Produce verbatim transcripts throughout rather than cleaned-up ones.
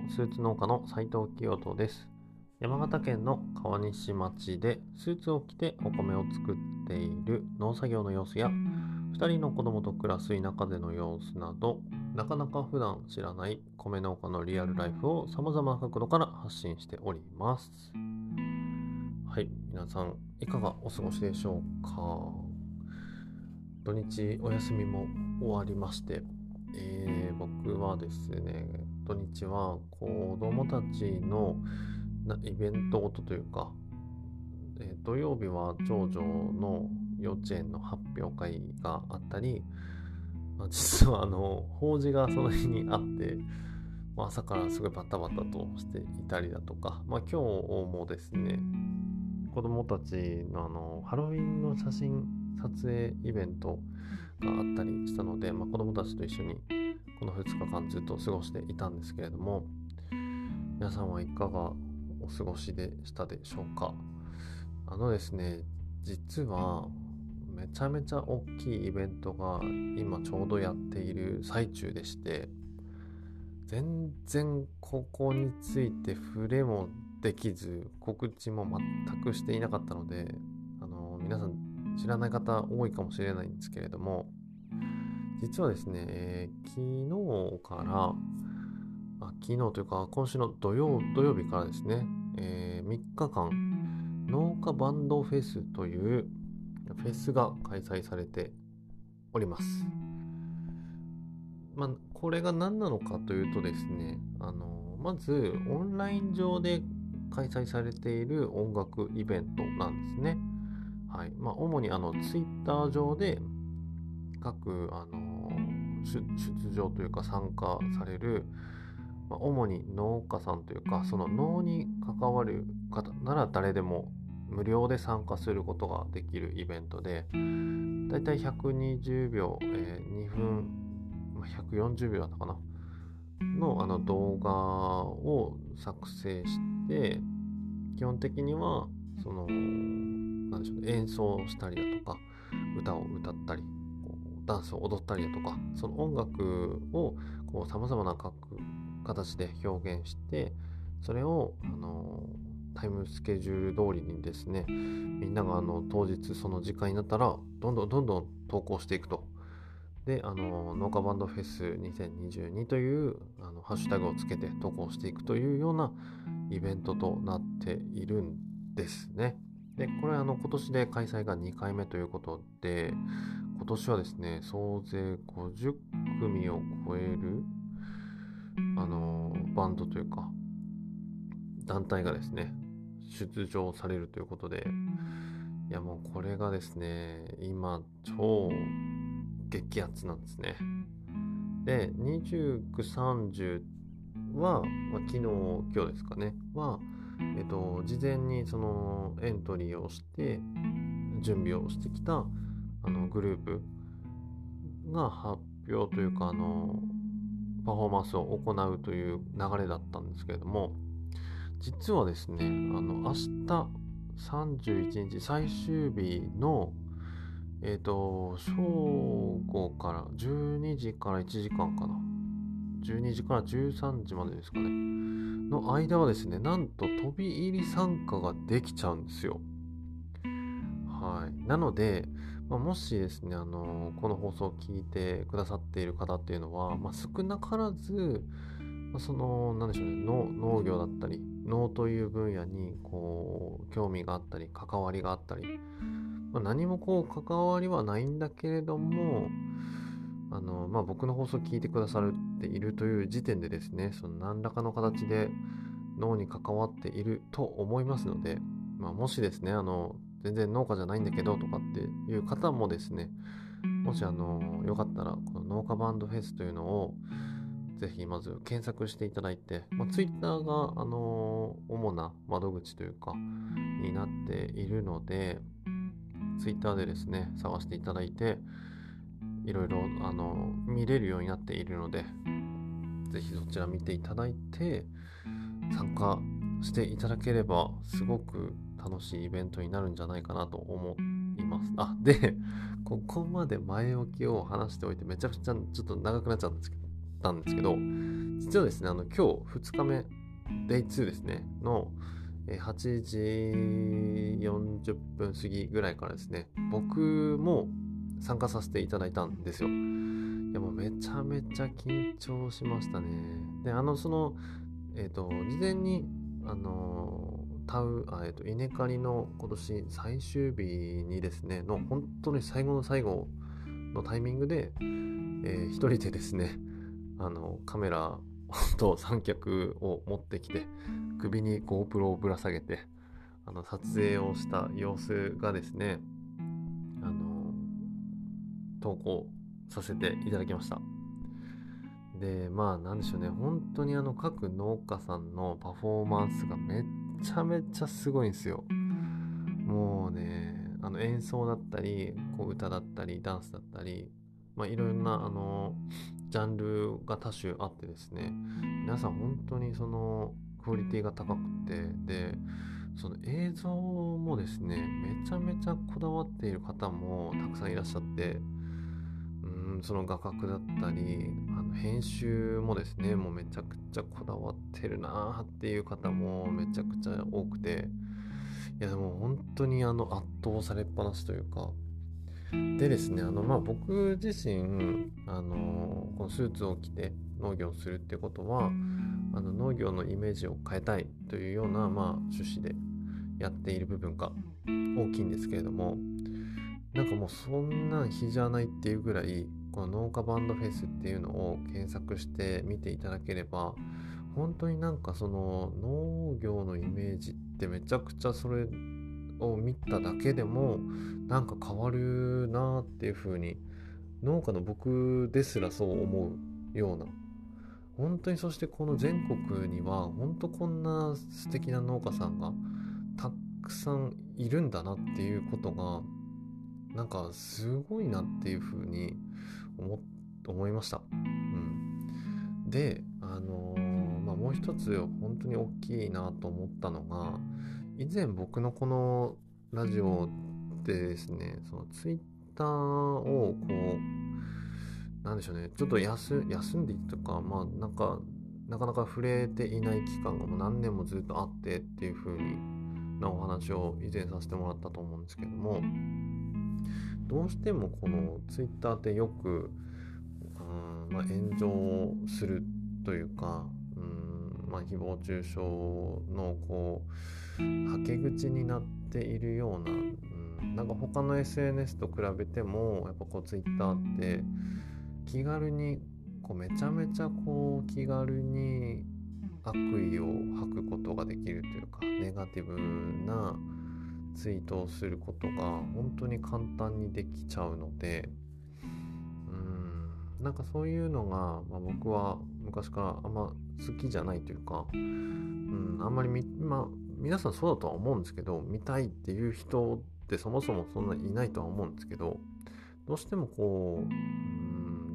スーツ農家の斉藤清人です。山形県の川西町でスーツを着てお米を作っている農作業の様子やふたりの子供と暮らす田舎での様子など、なかなか普段知らない米農家のリアルライフを様々な角度から発信しております。はい、皆さんいかがお過ごしでしょうか。土日お休みも終わりまして、えー、僕はですね、土日は子供たちのイベントごとというか、えー、土曜日は長女の幼稚園の発表会があったり、まあ、実はあの法事がその日にあって、まあ、朝からすごいバタバタとしていたりだとか、まあ、今日もですね、子供たちのあのハロウィンの写真撮影イベントがあったりしたので、まあ、子供たちと一緒にこのふつかかんずっと過ごしていたんですけれども、皆さんはいかがお過ごしでしたでしょうか。あのですね、実はめちゃめちゃ大きいイベントが今ちょうどやっている最中でして、全然ここについて触れもできず告知も全くしていなかったので、あの皆さん知らない方多いかもしれないんですけれども、実はですね、えー、昨日からあ昨日というか今週の土曜土曜日からですね、えー、みっかかん農家バンドフェスというフェスが開催されております。まあ、これが何なのかというとですね、あのまずオンライン上で開催されている音楽イベントなんですね。はい。まあ、主にあのツイッター上で各あの出場というか参加される、まあ、主に農家さんというか、その農に関わる方なら誰でも無料で参加することができるイベントで、だいたいひゃくにじゅうびょう、えー、にふん、ひゃくよんじゅうびょうだったかなのあの動画を作成して、基本的にはそのなんでしょうね、演奏したりだとか歌を歌ったりダンスを踊ったりだとか、その音楽をこう様々な各形で表現して、それをあのタイムスケジュール通りにですね、みんながあの当日その時間になったらどんどんどんどん投稿していくと。で、あの農家バンドフェスにせんにじゅうにというあのハッシュタグをつけて投稿していくというようなイベントとなっているんですね。で、これあの今年で開催がにかいめということで、今年はですね、総勢ごじゅっくみを超えるあのバンドというか団体がですね出場されるということで、いやもうこれがですね今超激アツなんですね。で、にじゅうく、さんじゅうは、まあ、昨日今日ですかねは、えっと事前にそのエントリーをして準備をしてきたあのグループが発表というか、あのパフォーマンスを行うという流れだったんですけれども、実はですね、あの明日さんじゅういちにち最終日のえっと正午からじゅうにじからいちじかんかな、じゅうにじからじゅうさんじまでですかねの間はですね、なんと飛び入り参加ができちゃうんですよ。はい。なので、まあ、もしですね、あのこの放送を聞いてくださっている方っていうのは、まあ、少なからず、まあ、そのなんでしょうね、農、農業だったり農という分野にこう興味があったり関わりがあったり、まあ、何もこう関わりはないんだけれども、あの、まあ、僕の放送を聞いてくださっているという時点でですね、その何らかの形で農に関わっていると思いますので、まあ、もしですね、あの全然農家じゃないんだけどとかっていう方もですね、もしあのよかったらこの農家バンドフェスというのをぜひまず検索していただいて、まあ、Twitter があの主な窓口というかになっているので、Twitter でですね探していただいて、いろいろあの見れるようになっているので、ぜひそちら見ていただいて参加していただければすごく楽しいイベントになるんじゃないかなと思います。で、ここまで前置きを話しておいてめちゃくちゃちょっと長くなっちゃうんですけど、 たんですけど、実はですね、あの今日ふつかめ、デイツーですね、のはちじよんじゅっぷん過ぎぐらいからですね、僕も参加させていただいたんですよ。いやもうめちゃめちゃ緊張しましたね。で、あのそのえっ、ー、と事前にあのタウあえっ、ー、と稲刈りの今年最終日にですねの本当に最後の最後のタイミングで、えー、一人でですねあのカメラと三脚を持ってきて首に GoPro をぶら下げてあの撮影をした様子がですねあの投稿させていただきました。でまあなんでしょうね、本当にあの各農家さんのパフォーマンスがめっちゃめちゃすごいんですよ。もうね、あの演奏だったりこう歌だったりダンスだったり、まあいろんなあのジャンルが多種あってですね、皆さん本当にそのクオリティが高くて、でその映像もですねめちゃめちゃこだわっている方もたくさんいらっしゃって、うんその画角だったりあの編集もですねもうめちゃくちゃこだわってるなっていう方もめちゃくちゃ多くて、いやでも本当にあの圧倒されっぱなしというかでですね、あのまあ僕自身あのこのスーツを着て農業をするってことはあの農業のイメージを変えたいというようなまあ趣旨でやっている部分が大きいんですけれども、なんかもうそんなん比じゃないっていうぐらいこの農家バンドフェスっていうのを検索して見ていただければ本当になんかその農業のイメージってめちゃくちゃそれを見ただけでもなんか変わるなっていう風に農家の僕ですらそう思うような、本当にそしてこの全国には本当こんな素敵な農家さんがたくさんいるんだなっていうことがなんかすごいなっていう風に思思いました。うん、で、あのーまあ、もう一つ本当に大きいなと思ったのが、以前僕のこのラジオでですね、そのツイッターをこうなんでしょうね、ちょっと休休んでいたとか、まあなんかなかなか触れていない期間がもう何年もずっとあってっていう風になお話を以前させてもらったと思うんですけども、どうしてもこのツイッターってよく、うんまあ、炎上するというか、うんまあ、誹謗中傷のこうはけ口になっているような、うん、なんか他の エスエヌエス と比べてもやっぱこうツイッターって気軽にこうめちゃめちゃこう気軽に悪意を吐くことができるというか、ネガティブなツイートをすることが本当に簡単にできちゃうので、うーんなんかそういうのが、まあ、僕は昔からあんま好きじゃないというか、うん、あんまりみ、まあ、皆さんそうだとは思うんですけど、見たいっていう人ってそもそもそんなにいないとは思うんですけど、どうしてもこう、うん、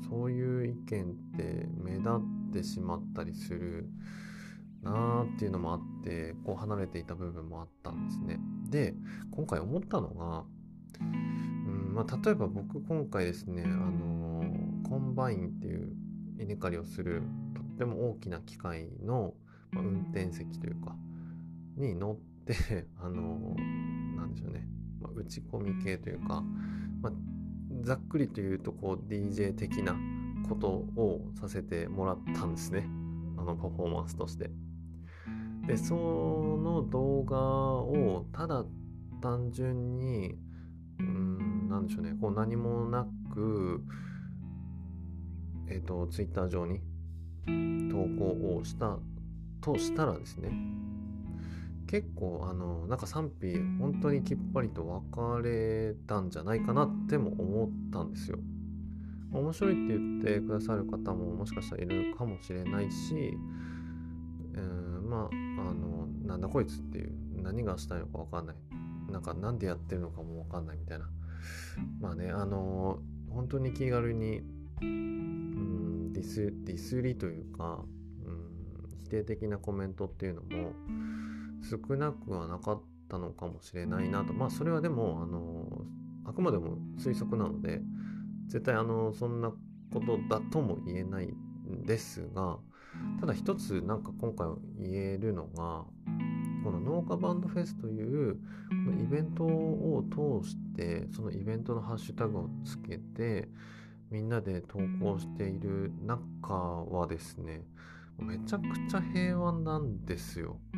そういう意見って目立ってしまったりするなーっていうのもあって、こう離れていた部分もあったんですね。で、今回思ったのが、うんまあ、例えば僕今回ですね、あのーコンバインっていう稲刈りをするとっても大きな機械の、まあ、運転席というかに乗ってあのーなんでしょうね、まあ、打ち込み系というか、まあ、ざっくりというとこう ディージェー 的なことをさせてもらったんですね、あのパフォーマンスとして。でその動画をただ単純にうーんなんでしょうね、こう何もなくえっ、ー、とツイッター上に投稿をしたとしたらですね、結構あのなんか賛否本当にきっぱりと分かれたんじゃないかなっても思ったんですよ。面白いって言ってくださる方ももしかしたらいるかもしれないし、うーんまああのなんだこいつっていう何がしたいのか分かんない、なんかなんでやってるのかも分かんないみたいな、まあねあの本当に気軽にうんディスディスりというか、うん否定的なコメントっていうのも少なくはなかったのかもしれないなと。まあそれはでもあのあくまでも推測なので絶対あのそんなことだとも言えないんですが、ただ一つなんか今回言えるのが、この農家バンドフェスというこのイベントを通して、そのイベントのハッシュタグをつけてみんなで投稿している中はですね、めちゃくちゃ平和なんですよ。うん、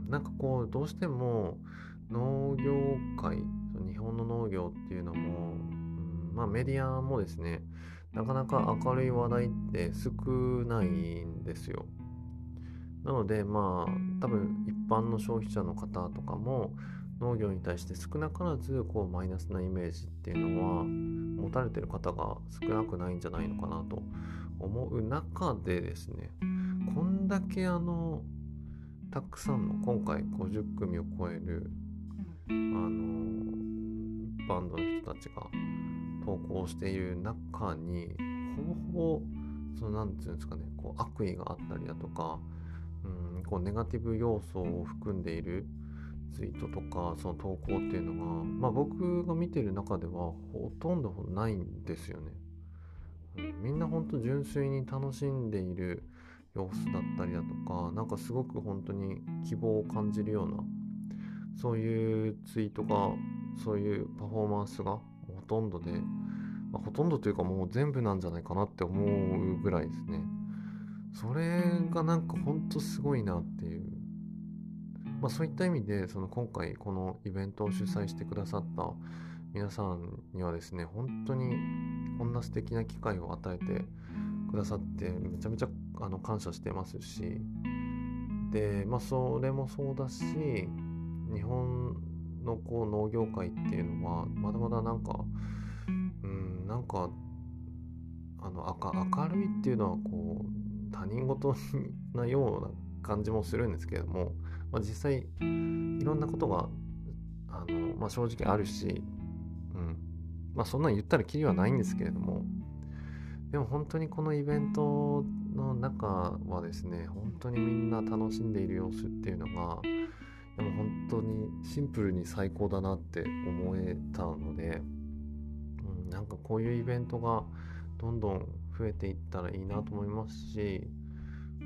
なんかこうどうしても農業界、日本の農業っていうのも、うん、まあメディアもですね、なかなか明るい話題って少ないんですよ。なのでまあ多分一般の消費者の方とかも農業に対して少なからずこうマイナスなイメージっていうのは持たれてる方が少なくないんじゃないのかなと思う中でですね、こんだけあのたくさんの今回ごじゅっくみを超えるあのバンドの人たちが投稿している中に、ほぼほぼそのなんていうんですかね、こう悪意があったりだとか、うん、こうネガティブ要素を含んでいるツイートとかその投稿っていうのが、まあ、僕が見てる中ではほとんどないんですよね。うん、みんな本当純粋に楽しんでいる様子だったりだとか、なんかすごく本当に希望を感じるようなそういうツイートが、そういうパフォーマンスがほとんどで、まあ、ほとんどというかもう全部なんじゃないかなって思うぐらいですね。それがなんかほんとすごいなっていう、まあ、そういった意味でその今回このイベントを主催してくださった皆さんにはですね、本当にこんな素敵な機会を与えてくださってめちゃめちゃあの感謝してますし、でまあそれもそうだし、日本のこう農業界っていうのはまだまだなんかうんなんかあの明るいっていうのはこう他人事なような感じもするんですけれども、まあ、実際いろんなことがあの、まあ、正直あるし、うんまあ、そんなん言ったらキリはないんですけれども、でも本当にこのイベントの中はですね、本当にみんな楽しんでいる様子っていうのがでも本当にシンプルに最高だなって思えたので、うん、なんかこういうイベントがどんどん増えていったらいいなと思いますし、うん、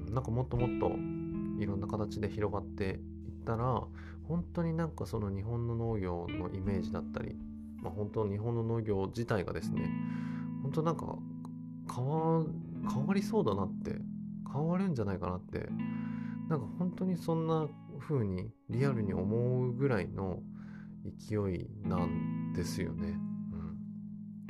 なんかもっともっといろんな形で広がっていったら、本当になんかその日本の農業のイメージだったり、まあ、本当日本の農業自体がですね、本当なんか変わ、変わりそうだなって、変わるんじゃないかなって、なんか本当にそんな風にリアルに思うぐらいの勢いなんですよね。うん、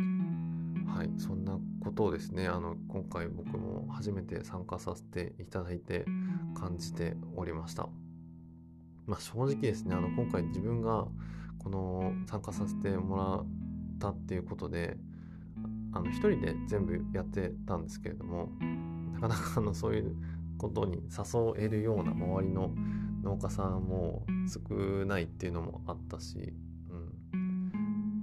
はい、そんなことをですね、あの今回僕も初めて参加させていただいて感じておりました。まあ正直ですね、あの今回自分がこの参加させてもらったっていうことで、あの一人で全部やってたんですけれども、なかなかあのそういうことに誘えるような周りの農家さんも少ないっていうのもあったし、うん、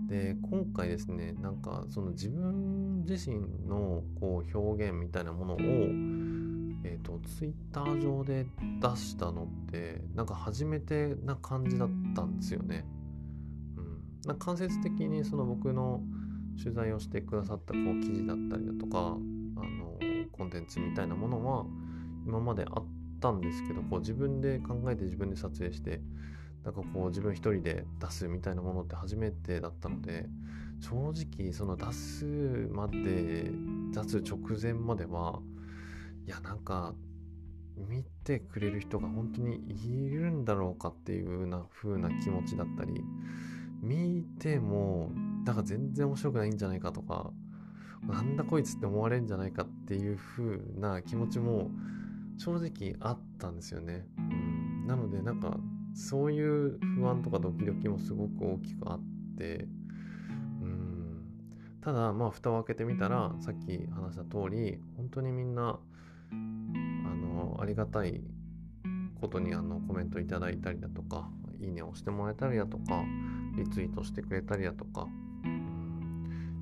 で今回ですね、なんかその自分自身のこう表現みたいなものを、えーと、ツイッター上で出したのってなんか初めてな感じだったんですよね。うん、なんか間接的にその僕の取材をしてくださったこう記事だったりだとか、あのコンテンツみたいなものは今まであったんですけど、こう自分で考えて自分で撮影してなんかこう自分一人で出すみたいなものって初めてだったので、正直その出すまで出す直前まではいやなんか見てくれる人が本当にいるんだろうかっていうような風な気持ちだったり、見てもだから全然面白くないんじゃないかとか、なんだこいつって思われるんじゃないかっていう風な気持ちも正直あったんですよね。うん、なのでなんかそういう不安とかドキドキもすごく大きくあって、うん、ただまあ蓋を開けてみたらさっき話した通り、本当にみんなあのありがたいことにあのコメントいただいたりだとか、いいねを押してもらえたりだとか、リツイートしてくれたりだとか、うん、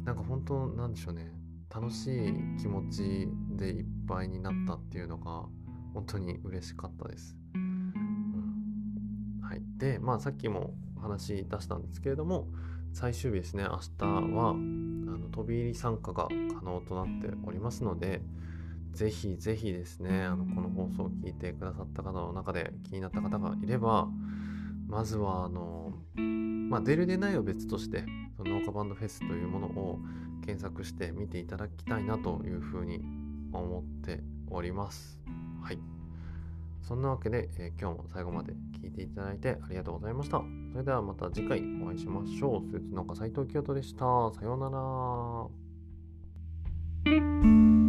なんか本当なんでしょうね、楽しい気持ちでいっぱいになったっていうのが本当に嬉しかったです。うん、はい。で、まあさっきも話し出したんですけれども、最終日ですね、明日はあの飛び入り参加が可能となっておりますので、ぜひぜひですね、あのこの放送を聞いてくださった方の中で気になった方がいれば、まずはあの、まあ、出る出ないを別としてその農家バンドフェスというものを検索して見ていただきたいなというふうに思っております。はい。そんなわけで、えー今日も最後まで聞いていただいてありがとうございました。それではまた次回お会いしましょう。スーツ農家斉藤清人でした。さようなら。